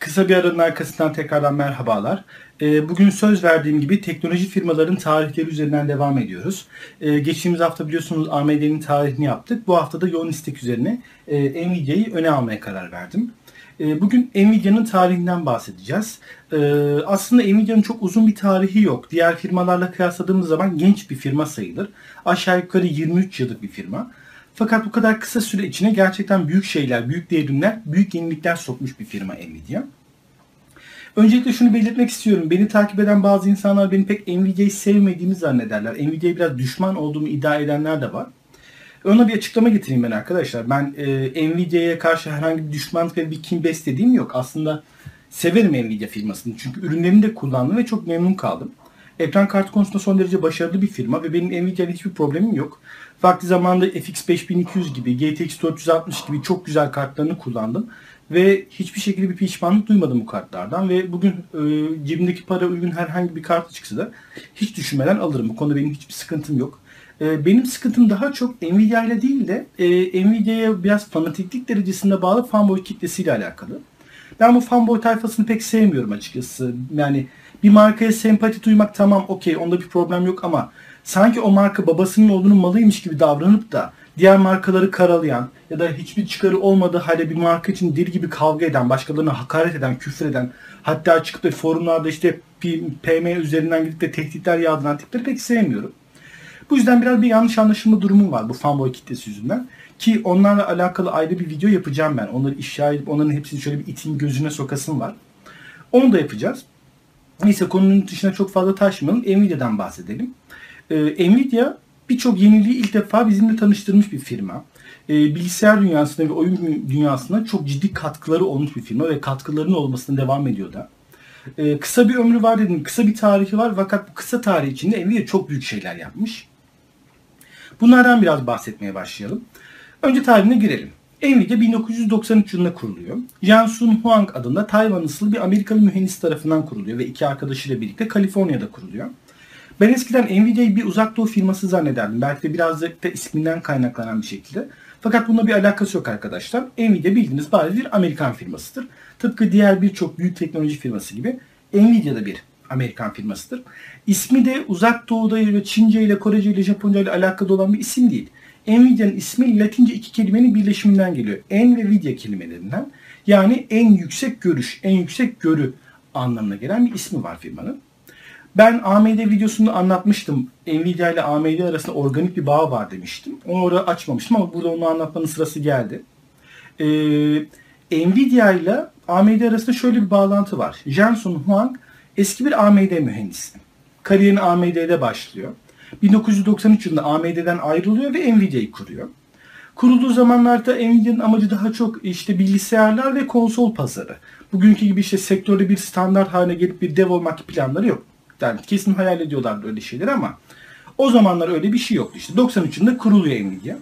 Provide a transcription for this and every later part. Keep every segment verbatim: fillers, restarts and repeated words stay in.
Kısa bir aranın arkasından tekrardan merhabalar. Ee, Bugün söz verdiğim gibi teknoloji firmaların tarihleri üzerinden devam ediyoruz. Ee, Geçtiğimiz hafta biliyorsunuz A M D'nin tarihini yaptık. Bu hafta da yoğun istek üzerine e, Nvidia'yı öne almaya karar verdim. E, Bugün Nvidia'nın tarihinden bahsedeceğiz. E, Aslında Nvidia'nın çok uzun bir tarihi yok. Diğer firmalarla kıyasladığımız zaman genç bir firma sayılır. Aşağı yukarı yirmi üç yıllık bir firma. Fakat bu kadar kısa süre içine gerçekten büyük şeyler, büyük devrimler, büyük yenilikler sokmuş bir firma Nvidia. Öncelikle şunu belirtmek istiyorum. Beni takip eden bazı insanlar beni pek Nvidia'yı sevmediğimi zannederler. Nvidia'ya biraz düşman olduğumu iddia edenler de var. Ona bir açıklama getireyim ben arkadaşlar. Ben e, Nvidia'ya karşı herhangi bir düşmanlık ve bir kin beslediğim yok. Aslında severim Nvidia firmasını. Çünkü ürünlerini de kullandım ve çok memnun kaldım. Ekran kartı konusunda son derece başarılı bir firma ve benim Nvidia'yla hiçbir problemim yok. Vakti zamanında F X beş bin iki yüz gibi, G T X dört yüz altmış gibi çok güzel kartlarını kullandım. Ve hiçbir şekilde bir pişmanlık duymadım bu kartlardan. Ve bugün e, cebimdeki para uygun herhangi bir kartı çıksa da hiç düşünmeden alırım. Bu konuda benim hiçbir sıkıntım yok. E, benim sıkıntım daha çok Nvidia ile değil de e, Nvidia'ya biraz fanatiklik derecesinde bağlı fanboy kitlesiyle alakalı. Ben bu fanboy tayfasını pek sevmiyorum açıkçası. Yani bir markaya sempati duymak tamam okey, onda bir problem yok ama sanki o marka babasının olduğunun malıymış gibi davranıp da diğer markaları karalayan ya da hiçbir çıkarı olmadığı halde bir marka için deli gibi kavga eden, başkalarına hakaret eden, küfür eden, hatta çıkıp da forumlarda işte P M üzerinden gidip de tehditler yağdıran tipleri pek sevmiyorum. Bu yüzden biraz bir yanlış anlaşılma durumum var bu fanboy kitlesi yüzünden. Ki onlarla alakalı ayrı bir video yapacağım ben. Onları ifşa edip onların hepsini şöyle bir itin gözüne sokasım var. Onu da yapacağız. Neyse, konunun dışına çok fazla taşmayalım. Nvidia'dan bahsedelim. Ee, Nvidia birçok yeniliği ilk defa bizimle tanıştırmış bir firma. Ee, bilgisayar dünyasına ve oyun dünyasına çok ciddi katkıları olmuş bir firma ve katkılarının olmasına devam ediyor da. Ee, kısa bir ömrü var dedim. Kısa bir tarihi var fakat bu kısa tarih içinde Nvidia çok büyük şeyler yapmış. Bunlardan biraz bahsetmeye başlayalım. Önce tarihine girelim. Nvidia bin dokuz yüz doksan üç yılında kuruluyor. Jensen Huang adında Tayvan asıllı bir Amerikalı mühendis tarafından kuruluyor ve iki arkadaşıyla birlikte Kaliforniya'da kuruluyor. Ben eskiden Nvidia'yı bir uzak doğu firması zannederdim. Belki de birazcık da isminden kaynaklanan bir şekilde. Fakat bununla bir alakası yok arkadaşlar. Nvidia bildiğiniz bariz bir Amerikan firmasıdır. Tıpkı diğer birçok büyük teknoloji firması gibi Nvidia da bir Amerikan firmasıdır. İsmi de uzak doğuda ile Çince ile Korece ile Japonca ile alakalı olan bir isim değil. Nvidia'nın ismi Latince iki kelimenin birleşiminden geliyor. En ve vidya kelimelerinden. Yani en yüksek görüş, en yüksek görü anlamına gelen bir ismi var firmanın. Ben A M D videosunda anlatmıştım. Nvidia ile A M D arasında organik bir bağ var demiştim. Onu orada açmamıştım ama burada onu anlatmanın sırası geldi. Ee, Nvidia ile A M D arasında şöyle bir bağlantı var. Jensen Huang eski bir A M D mühendisi. Kariyerini A M D'de başlıyor. bin dokuz yüz doksan üç yılında A M D'den ayrılıyor ve Nvidia'yı kuruyor. Kurulduğu zamanlarda Nvidia'nın amacı daha çok işte bilgisayarlar ve konsol pazarı. Bugünkü gibi işte sektörde bir standart haline gelip bir dev olmak planları yok. Yani kesin hayal ediyorlardı öyle şeyler ama o zamanlar öyle bir şey yoktu. İşte doksan üç yılında kuruluyor Nvidia.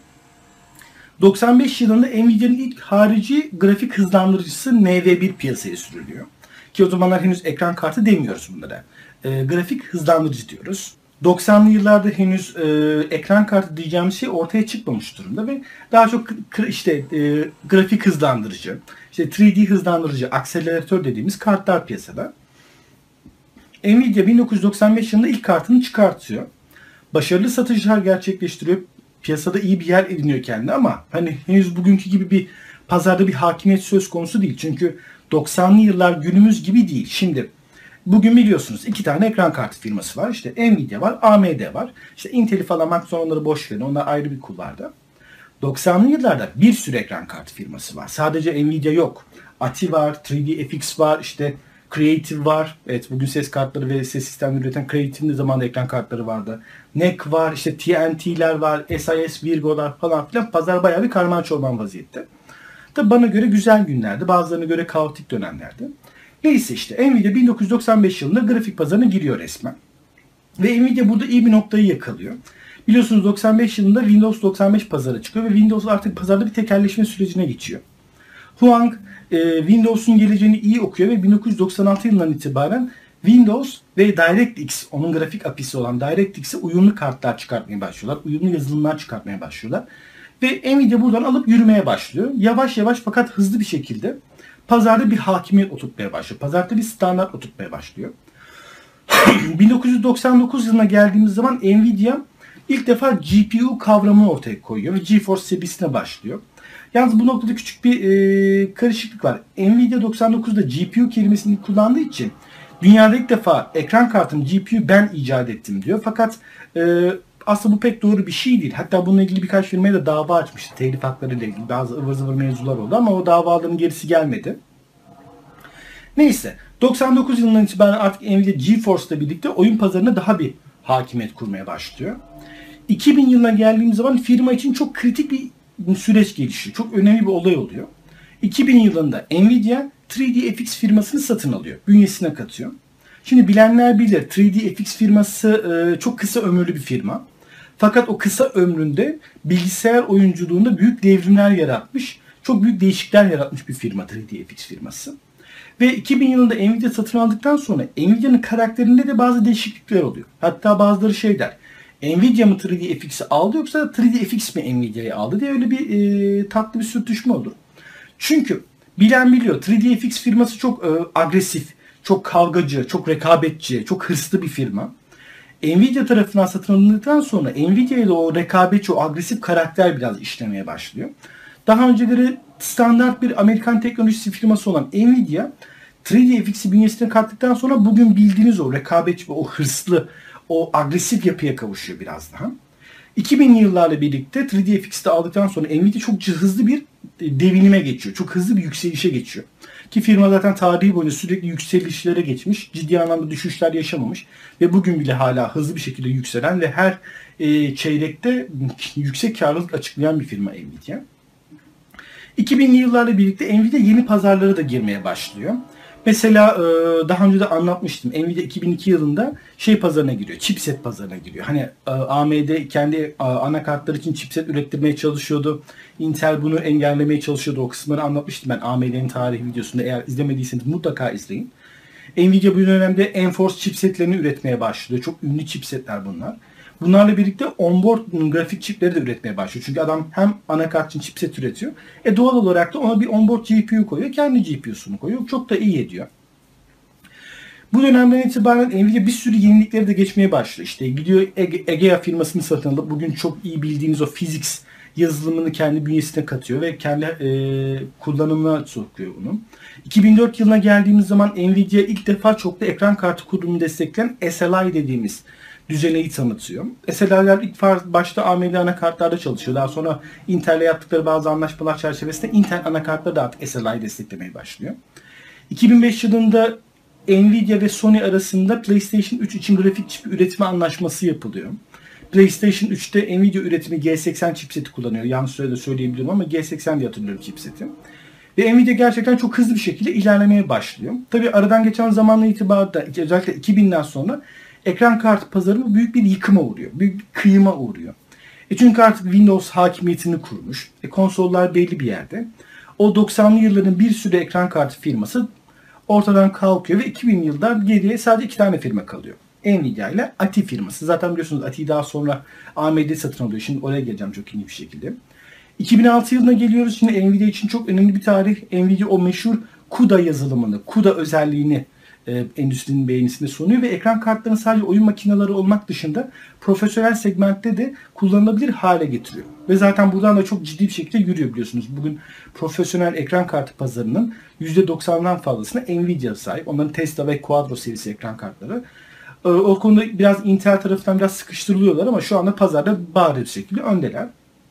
doksan beş yılında Nvidia'nın ilk harici grafik hızlandırıcısı N V bir piyasaya sürülüyor. Ki o zamanlar henüz ekran kartı demiyoruz bunlara. E, grafik hızlandırıcı diyoruz. doksanlı yıllarda henüz e, ekran kartı diyeceğimiz şey ortaya çıkmamış durumda ve daha çok işte e, grafik hızlandırıcı, işte üç D hızlandırıcı, akseleratör dediğimiz kartlar piyasada. Nvidia bin dokuz yüz doksan beş yılında ilk kartını çıkartıyor. Başarılı satışlar gerçekleştiriyor. Piyasada iyi bir yer ediniyor kendine ama hani henüz bugünkü gibi bir pazarda bir hakimiyet söz konusu değil. Çünkü doksanlı yıllar günümüz gibi değil. Şimdi bugün biliyorsunuz iki tane ekran kartı firması var. İşte Nvidia var, A M D var. İşte Intel'i falan Mac onları boş verin. Onlar ayrı bir kulvarda. doksanlı yıllarda bir sürü ekran kartı firması var. Sadece Nvidia yok. A T I var, üç D F X var, işte Creative var. Evet, bugün ses kartları ve ses sistemleri üreten Creative'in de zamanında ekran kartları vardı. N E C var, işte T N T'ler var, S I S Virgo'lar falan filan. Pazar bayağı bir karman çorman vaziyette. Tabi bana göre güzel günlerdi. Bazılarına göre kaotik dönemlerdi. Neyse işte Nvidia bin dokuz yüz doksan beş yılında grafik pazarına giriyor resmen. Ve Nvidia burada iyi bir noktayı yakalıyor. Biliyorsunuz doksan beş yılında Windows doksan beş pazara çıkıyor ve Windows artık pazarda bir tekelleşme sürecine geçiyor. Huang e, Windows'un geleceğini iyi okuyor ve bin dokuz yüz doksan altı yılından itibaren Windows ve DirectX, onun grafik apisi olan DirectX'e uyumlu kartlar çıkartmaya başlıyorlar. Uyumlu yazılımlar çıkartmaya başlıyorlar. Ve Nvidia buradan alıp yürümeye başlıyor. Yavaş yavaş fakat hızlı bir şekilde pazarda bir hakimiyet oturtmaya başlıyor. Pazarda bir standart oturtmaya başlıyor. bin dokuz yüz doksan dokuz yılına geldiğimiz zaman Nvidia ilk defa G P U kavramını ortaya koyuyor ve GeForce serisine başlıyor. Yalnız bu noktada küçük bir e, karışıklık var. Nvidia doksan dokuzda G P U kelimesini kullandığı için dünyada ilk defa ekran kartını G P U ben icat ettim diyor. Fakat e, aslında bu pek doğru bir şey değil. Hatta bununla ilgili birkaç firmaya da dava açmıştı. Telif hakları ile ilgili bazı ıvır zıvır mevzular oldu ama o davaların gerisi gelmedi. Neyse, doksan dokuz yılından itibaren artık Nvidia GeForce ile birlikte oyun pazarına daha bir hakimiyet kurmaya başlıyor. iki bin yılına geldiğimiz zaman firma için çok kritik bir süreç gelişiyor. Çok önemli bir olay oluyor. iki bin yılında Nvidia üç D F X firmasını satın alıyor. Bünyesine katıyor. Şimdi bilenler bilir, üç D F X firması çok kısa ömürlü bir firma. Fakat o kısa ömründe bilgisayar oyunculuğunda büyük devrimler yaratmış, çok büyük değişiklikler yaratmış bir firma üç D F X firması. Ve iki bin yılında Nvidia satın aldıktan sonra Nvidia'nın karakterinde de bazı değişiklikler oluyor. Hatta bazıları şey der, Nvidia mı üç D F X'i aldı yoksa üç D F X mi Nvidia'yı aldı diye öyle bir e, tatlı bir sürtüşme olur. Çünkü bilen biliyor, üç D F X firması çok e, agresif, çok kavgacı, çok rekabetçi, çok hırslı bir firma. Nvidia tarafından satın alındıktan sonra Nvidia'ya da o rekabetçi, o agresif karakter biraz işlemeye başlıyor. Daha önceleri standart bir Amerikan teknolojisi firması olan Nvidia, üç D F X'i bünyesine kattıktan sonra bugün bildiğiniz o rekabetçi, o hırslı, o agresif yapıya kavuşuyor biraz daha. iki binli yıllarla birlikte üç D F X'i aldıktan sonra Nvidia çok hızlı bir devinime geçiyor. Çok hızlı bir yükselişe geçiyor. Ki firma zaten tarihi boyunca sürekli yükselişlere geçmiş. Ciddi anlamda düşüşler yaşamamış. Ve bugün bile hala hızlı bir şekilde yükselen ve her e, çeyrekte yüksek karlılık açıklayan bir firma Nvidia. iki binli yıllarla birlikte Nvidia yeni pazarlara da girmeye başlıyor. Mesela daha önce de anlatmıştım. Nvidia iki bin iki yılında şey pazarına giriyor. Chipset pazarına giriyor. Hani A M D kendi anakartları için chipset ürettirmeye çalışıyordu. Intel bunu engellemeye çalışıyordu. O kısımları anlatmıştım ben A M D'nin tarihi videosunda. Eğer izlemediyseniz mutlaka izleyin. Nvidia bu dönemde Enforce chipsetlerini üretmeye başlıyor. Çok ünlü chipsetler bunlar. Bunlarla birlikte onboard grafik çipleri de üretmeye başlıyor. Çünkü adam hem anakart için chipset üretiyor. E doğal olarak da ona bir onboard G P U koyuyor. Kendi G P U'sunu koyuyor. Çok da iyi ediyor. Bu dönemden itibaren Nvidia bir sürü yenilikleri de geçmeye başlıyor. İşte gidiyor Egea firmasını satın alıp bugün çok iyi bildiğiniz o physics yazılımını kendi bünyesine katıyor ve kendi e, kullanımına sokuyor bunu. iki bin dört yılına geldiğimiz zaman Nvidia ilk defa çoklu ekran kartı kurulumunu destekleyen S L I dediğimiz düzeneyi tanıtıyor. S L I'ler ilk başta A M D anakartlarda çalışıyor. Daha sonra Intel'le yaptıkları bazı anlaşmalar çerçevesinde Intel anakartları da artık S L I desteklemeye başlıyor. iki bin beş yılında Nvidia ve Sony arasında PlayStation üç için grafik çip üretimi anlaşması yapılıyor. PlayStation üçte Nvidia üretimi G seksen chipseti kullanıyor. Yanlış sürede söyleyebilirim ama G seksen diye hatırlıyorum chipseti. Ve Nvidia gerçekten çok hızlı bir şekilde ilerlemeye başlıyor. Tabii aradan geçen zamanla itibarıyla özellikle iki binden sonra ekran kartı pazarı büyük bir yıkıma uğruyor. Büyük bir kıyıma uğruyor. E çünkü artık Windows hakimiyetini kurmuş. E konsollar belli bir yerde. O doksanlı yılların bir sürü ekran kartı firması ortadan kalkıyor ve iki bin yılda geriye sadece iki tane firma kalıyor. Nvidia ile A T I firması. Zaten biliyorsunuz A T I daha sonra A M D satın alıyor. Şimdi oraya geleceğim çok iyi bir şekilde. iki bin altı yılına geliyoruz. Şimdi Nvidia için çok önemli bir tarih. Nvidia o meşhur CUDA yazılımını, CUDA özelliğini e, endüstrinin beğenisinde sunuyor ve ekran kartlarının sadece oyun makineleri olmak dışında profesyonel segmentte de kullanılabilir hale getiriyor. Ve zaten buradan da çok ciddi bir şekilde yürüyor biliyorsunuz. Bugün profesyonel ekran kartı pazarının yüzde doksandan fazlasına Nvidia sahip. Onların Tesla ve Quadro serisi ekran kartları. E, o konuda biraz Intel tarafından biraz sıkıştırılıyorlar ama şu anda pazarda bariz bir şekilde öndeler.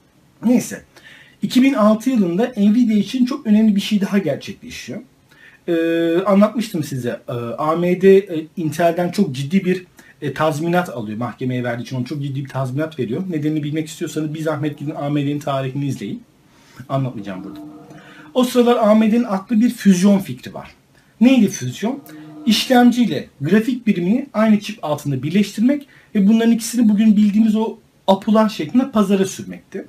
Neyse. iki bin altı yılında Nvidia için çok önemli bir şey daha gerçekleşiyor. Ee, anlatmıştım size. Ee, A M D e, Intel'den çok ciddi bir e, tazminat alıyor. Mahkemeye verdiği için ona çok ciddi bir tazminat veriyor. Nedenini bilmek istiyorsanız bir zahmet gidin A M D'nin tarihini izleyin. Anlatmayacağım burada. O sıralar A M D'nin aklı bir füzyon fikri var. Neydi füzyon? İşlemciyle grafik birimini aynı çip altında birleştirmek ve bunların ikisini bugün bildiğimiz o apular şeklinde pazara sürmekti.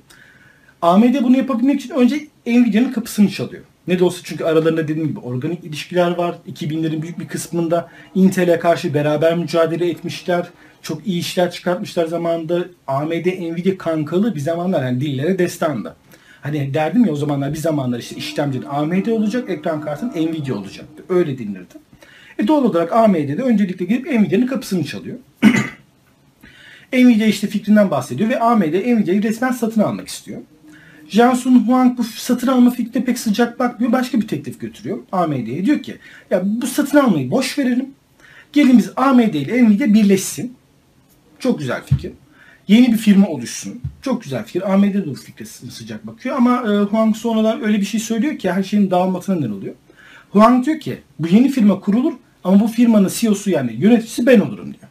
A M D bunu yapabilmek için önce Nvidia'nın kapısını çalıyor. Ne de olsa çünkü aralarında dediğim gibi organik ilişkiler var. iki binlerin büyük bir kısmında Intel'e karşı beraber mücadele etmişler. Çok iyi işler çıkartmışlar zamanında. A M D Nvidia kankalı bir zamanlar yani dillere destandı. Hani derdim ya o zamanlar bir zamanlar işte işlemcinin A M D olacak, ekran kartın Nvidia olacaktı. Öyle denirdi. E doğal olarak A M D'de öncelikle gidip Nvidia'nın kapısını çalıyor. Nvidia işte fikrinden bahsediyor ve A M D Nvidia'yı resmen satın almak istiyor. Jensen Huang bu satın alma fikrine pek sıcak bakmıyor. Başka bir teklif götürüyor A M D'ye. Diyor ki ya bu satın almayı boş verelim. Gelin biz A M D ile Nvidia birleşsin. Çok güzel fikir. Yeni bir firma oluşsun. Çok güzel fikir. A M D de bu fikre sıcak bakıyor ama e, Huang sonradan öyle bir şey söylüyor ki her şeyin dağılmasına neden oluyor. Huang diyor ki bu yeni firma kurulur ama bu firmanın C E O'su yani yöneticisi ben olurum diyor.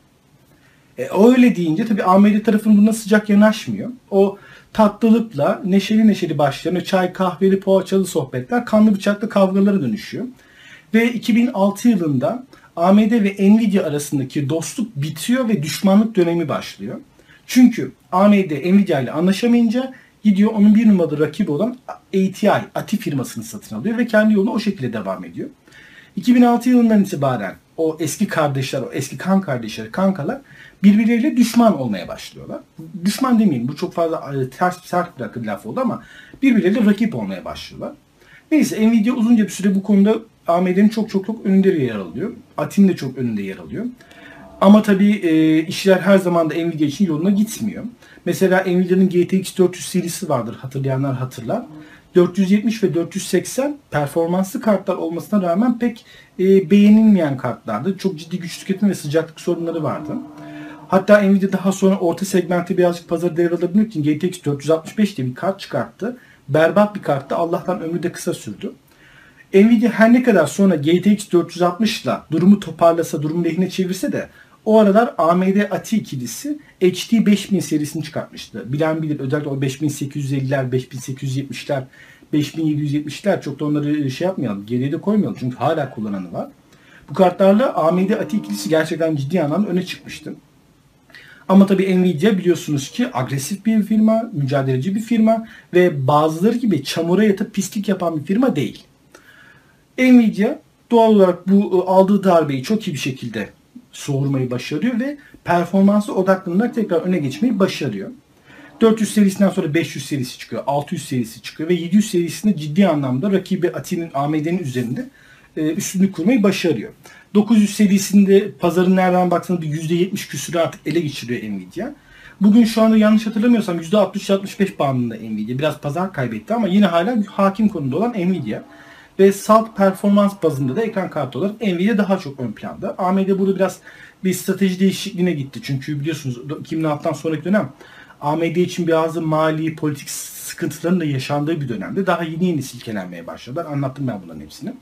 E, o öyle deyince tabii A M D tarafının buna sıcak yanaşmıyor. O tatlılıkla neşeli neşeli başlayan çay, kahveli, poğaçalı sohbetler kanlı bıçaklı kavgalara dönüşüyor. Ve iki bin altı yılında A M D ve Nvidia arasındaki dostluk bitiyor ve düşmanlık dönemi başlıyor. Çünkü A M D Nvidia ile anlaşamayınca gidiyor onun bir numaralı rakibi olan A T I, A T I firmasını satın alıyor ve kendi yoluna o şekilde devam ediyor. iki bin altı yılından itibaren o eski kardeşler, o eski kan kardeşleri, kankalar birbirleriyle düşman olmaya başlıyorlar. Düşman demeyeyim, bu çok fazla ters sert bir laf oldu ama birbirleriyle rakip olmaya başlıyorlar. Neyse Nvidia uzunca bir süre bu konuda A M D'nin çok çok çok önünde yer alıyor. A T I'nin de çok önünde yer alıyor. Ama tabii e, işler her zaman da Nvidia için yoluna gitmiyor. Mesela Nvidia'nın G T X dört yüz serisi vardır, hatırlayanlar hatırlar. dört yüz yetmiş ve dört yüz seksen performanslı kartlar olmasına rağmen pek e, beğenilmeyen kartlardı. Çok ciddi güç tüketim ve sıcaklık sorunları vardı. Hatta Nvidia daha sonra orta segmente birazcık pazarı devralabilmek için G T X dört yüz altmış beş diye bir kart çıkarttı. Berbat bir karttı. Allah'tan ömrü de kısa sürdü. Nvidia her ne kadar sonra G T X dört yüz altmış ile durumu toparlasa, durumu lehine çevirse de o aralar A M D A T I ikilisi H D beş bin serisini çıkartmıştı. Bilen bilir, özellikle o beş bin sekiz yüz elliler, beş bin sekiz yüz yetmişler, beş bin yedi yüz yetmişler çok da onları şey yapmayalım, geriye de koymayalım çünkü hala kullananı var. Bu kartlarla A M D A T I ikilisi gerçekten ciddi anlamda öne çıkmıştı. Ama tabii Nvidia biliyorsunuz ki agresif bir firma, mücadeleci bir firma ve bazıları gibi çamura yatıp pislik yapan bir firma değil. Nvidia doğal olarak bu aldığı darbeyi çok iyi bir şekilde soğurmayı başarıyor ve performansı odaklanarak tekrar öne geçmeyi başarıyor. dört yüz serisinden sonra beş yüz serisi çıkıyor, altı yüz serisi çıkıyor ve yedi yüz serisinde ciddi anlamda rakibi A T I'nin, A M D'nin üzerinde üstünlük kurmayı başarıyor. dokuz yüz serisinde pazarın nereden baksanız bir yüzde yetmiş küsürü artık ele geçiriyor Nvidia. Bugün şu anda yanlış hatırlamıyorsam yüzde altmış altmış beş bandında Nvidia. Biraz pazar kaybetti ama yine hala hakim konumda olan Nvidia. Ve salt performans bazında da ekran kartı olarak Nvidia daha çok ön planda. A M D burada biraz bir strateji değişikliğine gitti. Çünkü biliyorsunuz iki bin altıdan sonraki dönem A M D için bazı mali, politik sıkıntıların da yaşandığı bir dönemde. Daha yeni yeni silkelenmeye başladılar. Anlattım ben bunların hepsini.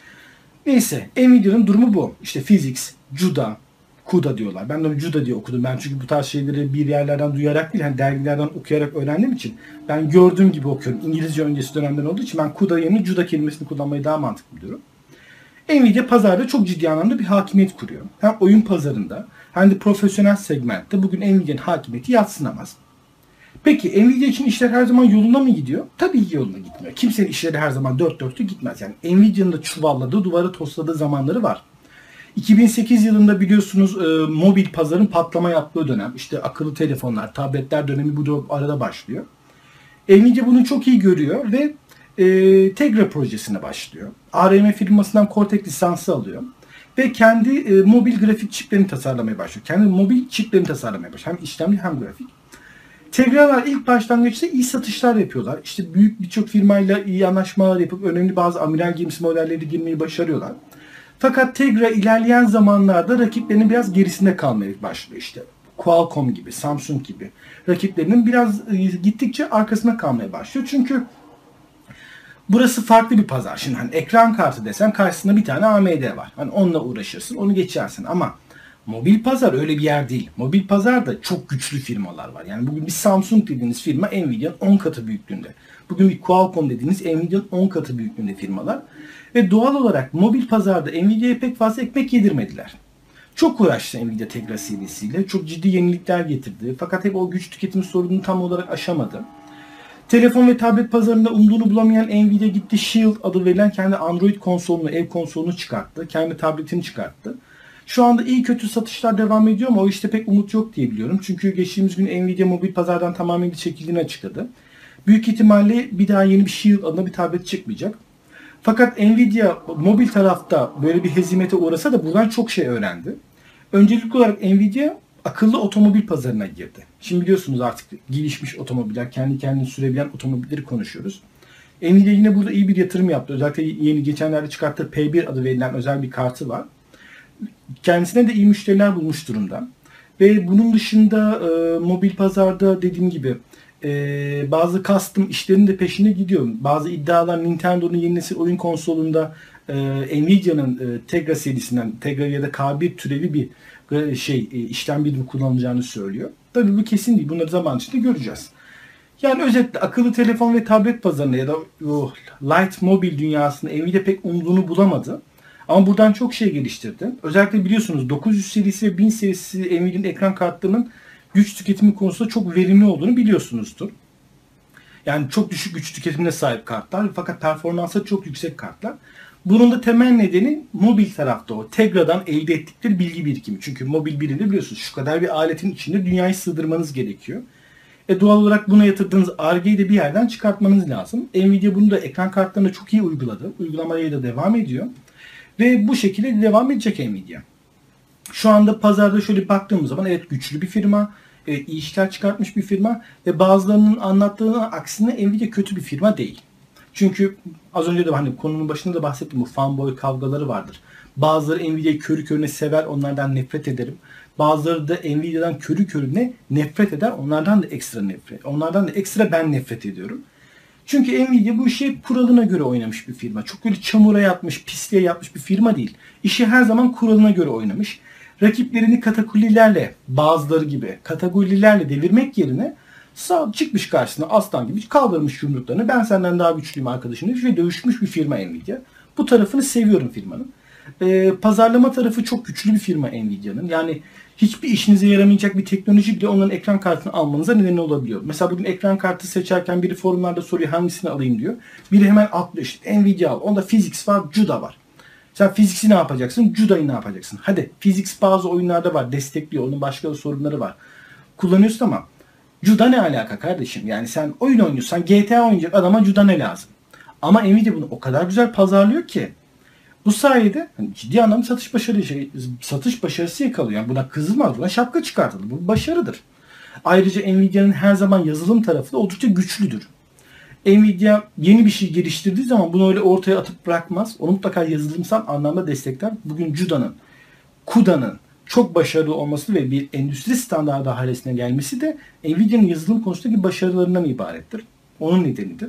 Neyse Nvidia'nın durumu bu. İşte Physics, CUDA, CUDA diyorlar. Ben de CUDA diye okudum. Ben çünkü bu tarz şeyleri bir yerlerden duyarak değil, hani dergilerden okuyarak öğrendiğim için ben gördüğüm gibi okuyorum. İngilizce öncesi dönemden olduğu için ben CUDA yerine CUDA kelimesini kullanmayı daha mantıklı buluyorum. Nvidia pazarda çok ciddi anlamda bir hakimiyet kuruyor. Hem oyun pazarında hem de profesyonel segmentte bugün Nvidia'nın hakimiyeti yadsınamaz. Peki Nvidia için işler her zaman yoluna mı gidiyor? Tabii ki yoluna gitmiyor. Kimsenin işleri her zaman dört dörtlük gitmez. Yani Nvidia'nın da çuvalladığı, duvara tosladığı zamanları var. iki bin sekiz yılında biliyorsunuz e, mobil pazarın patlama yaptığı dönem. İşte akıllı telefonlar, tabletler dönemi bu arada başlıyor. Nvidia bunu çok iyi görüyor ve e, Tegra projesine başlıyor. A R M firmasından Cortex lisansı alıyor. Ve kendi e, mobil grafik çiplerini tasarlamaya başlıyor. Kendi mobil çiplerini tasarlamaya başlıyor. Hem işlemci hem grafik. Tegra'lar ilk başlangıçta iyi satışlar yapıyorlar. İşte büyük birçok firmayla iyi anlaşmalar yapıp önemli bazı amiral gemisi modelleri girmeyi başarıyorlar. Fakat Tegra ilerleyen zamanlarda rakiplerinin biraz gerisinde kalmaya başlıyor işte. Qualcomm gibi, Samsung gibi rakiplerinin biraz gittikçe arkasına kalmaya başlıyor. Çünkü burası farklı bir pazar. Şimdi hani ekran kartı desen karşısında bir tane A M D var. Hani onunla uğraşırsın, onu geçersin ama mobil pazar öyle bir yer değil. Mobil pazarda çok güçlü firmalar var. Yani bugün bir Samsung dediğiniz firma Nvidia'nın on katı büyüklüğünde. Bugün bir Qualcomm dediğiniz Nvidia'nın on katı büyüklüğünde firmalar. Ve doğal olarak mobil pazarda Nvidia'ya pek fazla ekmek yedirmediler. Çok uğraştı Nvidia Tegra serisiyle. Çok ciddi yenilikler getirdi. Fakat hep o güç tüketim sorununu tam olarak aşamadı. Telefon ve tablet pazarında umduğunu bulamayan Nvidia gitti Shield adı verilen kendi Android konsolunu, ev konsolunu çıkarttı. Kendi tabletini çıkarttı. Şu anda iyi kötü satışlar devam ediyor ama o işte pek umut yok diye biliyorum. Çünkü geçtiğimiz gün Nvidia mobil pazardan tamamen çekildiğini açıkladı. Büyük ihtimalle bir daha yeni bir Shield adına bir tablet çıkmayacak. Fakat Nvidia mobil tarafta böyle bir hezimete uğrasa da buradan çok şey öğrendi. Öncelikli olarak Nvidia akıllı otomobil pazarına girdi. Şimdi biliyorsunuz artık gelişmiş otomobiller, kendi kendini sürebilen otomobilleri konuşuyoruz. Nvidia yine burada iyi bir yatırım yaptı. Özellikle yeni geçenlerde çıkarttığı P bir adı verilen özel bir kartı var. Kendisine de iyi müşteriler bulmuş durumda. Ve bunun dışında e, mobil pazarda dediğim gibi e, bazı custom işlerin de peşine gidiyor. Bazı iddialar Nintendo'nun yeni nesil oyun konsolunda e, Nvidia'nın e, Tegra serisinden, Tegra ya da K bir türevi bir e, şey e, işlem birimi kullanılacağını söylüyor. Tabii bu kesin değil. Bunları zaman içinde göreceğiz. Yani özetle akıllı telefon ve tablet pazarında ya da oh, light mobil dünyasında Nvidia pek umduğunu bulamadı. Ama buradan çok şey geliştirdi. Özellikle biliyorsunuz dokuz yüz serisi ve bin serisi Nvidia'nın ekran kartlarının güç tüketimi konusunda çok verimli olduğunu biliyorsunuzdur. Yani çok düşük güç tüketimine sahip kartlar fakat performansa çok yüksek kartlar. Bunun da temel nedeni mobil tarafta o. Tegra'dan elde ettikleri bilgi birikimi. Çünkü mobil birinde biliyorsunuz şu kadar bir aletin içinde dünyayı sığdırmanız gerekiyor. E doğal olarak buna yatırdığınız Ar-Ge'yi de bir yerden çıkartmanız lazım. Nvidia bunu da ekran kartlarına çok iyi uyguladı. Uygulamaya da devam ediyor. Ve bu şekilde devam edecek Nvidia. Şu anda pazarda şöyle baktığımız zaman evet güçlü bir firma, evet, iyi işler çıkartmış bir firma ve bazılarının anlattığına aksine Nvidia kötü bir firma değil. Çünkü az önce de hani konunun başında da bahsettim, bu fanboy kavgaları vardır. Bazıları Nvidia'yı körü körüne sever, onlardan nefret ederim. Bazıları da Nvidia'dan körü körüne nefret eder, onlardan da ekstra nefret. Onlardan da ekstra ben nefret ediyorum. Çünkü Nvidia bu işi kuralına göre oynamış bir firma. Çok böyle çamura yatmış, pisliğe yatmış bir firma değil. İşi her zaman kuralına göre oynamış. Rakiplerini katakullilerle, bazıları gibi katakullilerle devirmek yerine sağ çıkmış karşısına aslan gibi kaldırmış yumruklarını. Ben senden daha güçlüyüm arkadaşım demiş ve dövüşmüş bir firma Nvidia. Bu tarafını seviyorum firmanın. Ee, pazarlama tarafı çok güçlü bir firma Nvidia'nın. Yani hiçbir işinize yaramayacak bir teknoloji bile onların ekran kartını almanıza neden olabiliyor. Mesela bugün ekran kartı seçerken biri forumlarda soruyor hangisini alayım diyor. Biri hemen atlıyor işte Nvidia al. Onda Physics var, CUDA var. Sen Physics'i ne yapacaksın? CUDA'yı ne yapacaksın? Hadi Physics bazı oyunlarda var, destekliyor. Onun başka sorunları var. Kullanıyorsun ama CUDA ne alaka kardeşim? Yani sen oyun oynuyorsan G T A oynayacak adama CUDA ne lazım? Ama Nvidia bunu o kadar güzel pazarlıyor ki bu sayede hani ciddi anlamda satış başarısı, şey, satış başarısı yakalıyor. Yani buna kızılmaz, buna şapka çıkartılır. Bu başarıdır. Ayrıca Nvidia'nın her zaman yazılım tarafı da oldukça güçlüdür. Nvidia yeni bir şey geliştirdiği zaman bunu öyle ortaya atıp bırakmaz. Onu mutlaka yazılımsal anlamda destekler. Bugün CUDA'nın, CUDA'nın çok başarılı olması ve bir endüstri standartı haline gelmesi de Nvidia'nın yazılım konusundaki başarılarından ibarettir. Onun nedenidir.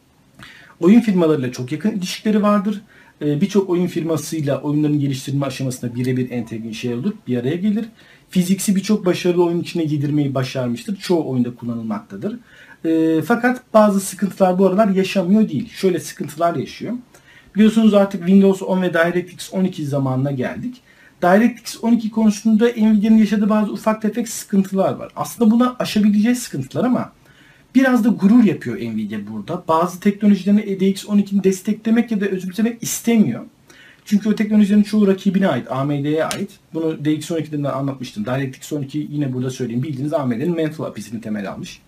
Oyun firmalarıyla çok yakın ilişkileri vardır. Birçok oyun firmasıyla oyunların geliştirme aşamasında birebir entegre şey olur, bir araya gelir. Fiziks'i birçok başarılı oyun içine yedirmeyi başarmıştır. Çoğu oyunda kullanılmaktadır. E, fakat bazı sıkıntılar bu aralar yaşamıyor değil. Şöyle sıkıntılar yaşıyor. Biliyorsunuz artık Windows on ve DirectX on iki zamanına geldik. DirectX on iki konusunda Nvidia'nın yaşadığı bazı ufak tefek sıkıntılar var. Aslında buna aşabileceği sıkıntılar ama biraz da gurur yapıyor Nvidia burada. Bazı teknolojilerini D X on ikinin desteklemek ya da özümsemek istemiyor. Çünkü o teknolojilerin çoğu rakibine ait, A M D'ye ait. Bunu D X on ikiden de anlatmıştım. DirectX on iki yine burada söyleyeyim. Bildiğiniz A M D'nin Mental A P I'sini temel almış.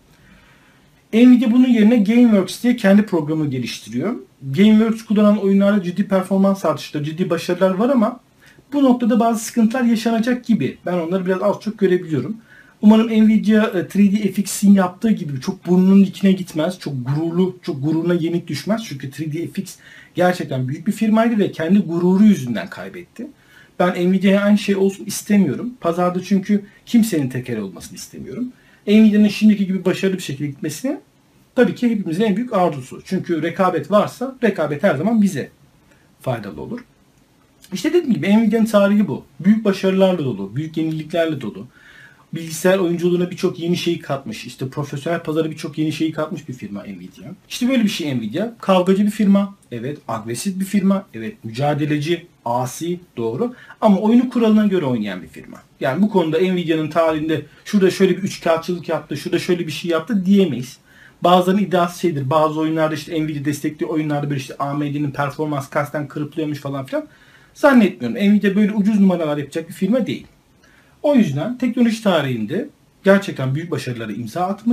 Nvidia bunun yerine GameWorks diye kendi programı geliştiriyor. GameWorks kullanan oyunlarda ciddi performans artışları, ciddi başarılar var ama bu noktada bazı sıkıntılar yaşanacak gibi. Ben onları biraz az çok görebiliyorum. Umarım Nvidia üç D F X'in yaptığı gibi çok burnunun dikine gitmez. Çok gururlu, çok gururuna yenik düşmez. Çünkü üç D F X gerçekten büyük bir firmaydı ve kendi gururu yüzünden kaybetti. Ben Nvidia'ya aynı şey olsun istemiyorum. Pazarda çünkü kimsenin teker olmasını istemiyorum. Nvidia'nın şimdiki gibi başarılı bir şekilde gitmesini tabii ki hepimizin en büyük arzusu. Çünkü rekabet varsa rekabet her zaman bize faydalı olur. İşte dediğim gibi Nvidia'nın tarihi bu. Büyük başarılarla dolu, büyük yeniliklerle dolu. Bilgisayar oyunculuğuna birçok yeni şeyi katmış. İşte profesyonel pazara birçok yeni şeyi katmış bir firma Nvidia. İşte böyle bir şey Nvidia. Kavgacı bir firma. Evet. Agresif bir firma. Evet. Mücadeleci. Asi. Doğru. Ama oyunu kuralına göre oynayan bir firma. Yani bu konuda Nvidia'nın tarihinde şurada şöyle bir üçkağıtçılık yaptı, şurada şöyle bir şey yaptı diyemeyiz. Bazılarının iddiası şeydir. Bazı oyunlarda işte Nvidia destekli oyunlarda böyle işte A M D'nin performans kasten kırıplıyormuş falan filan. Zannetmiyorum. Nvidia böyle ucuz numaralar yapacak bir firma değil. O yüzden teknoloji tarihinde gerçekten büyük başarılara imza atmış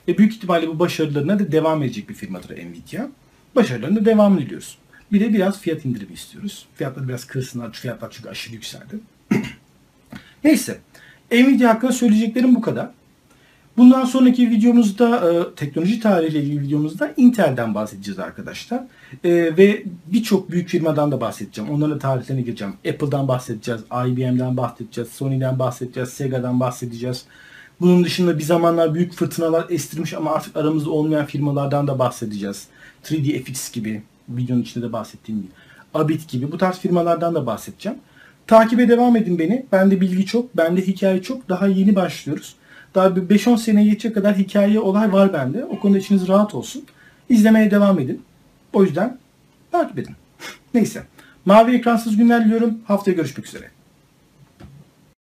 Ve büyük ihtimalle bu başarılarına da devam edecek bir firmadır Nvidia. Başarılarına devam ediyoruz. Bir de biraz fiyat indirimi istiyoruz. Fiyatları biraz kırsınlar. Fiyatlar çünkü aşırı yükseldi. Neyse. Nvidia hakkında söyleyeceklerim bu kadar. Bundan sonraki videomuzda, e, teknoloji tarihiyle ilgili videomuzda Intel'den bahsedeceğiz arkadaşlar. E, ve birçok büyük firmadan da bahsedeceğim. Onların tarihlerine gireceğim. Apple'dan bahsedeceğiz, I B M'den bahsedeceğiz, Sony'den bahsedeceğiz, Sega'dan bahsedeceğiz. Bunun dışında bir zamanlar büyük fırtınalar estirmiş ama artık aramızda olmayan firmalardan da bahsedeceğiz. üç D F X gibi, videonun içinde de bahsettiğim gibi. Abit gibi bu tarz firmalardan da bahsedeceğim. Takibe devam edin beni. Bende bilgi çok, bende hikaye çok. Daha yeni başlıyoruz. Daha bir beş on seneye geçecek kadar hikaye, olay var bende. O konuda içiniz rahat olsun. İzlemeye devam edin. O yüzden takip edin. Neyse. Mavi ekransız günler diliyorum. Haftaya görüşmek üzere.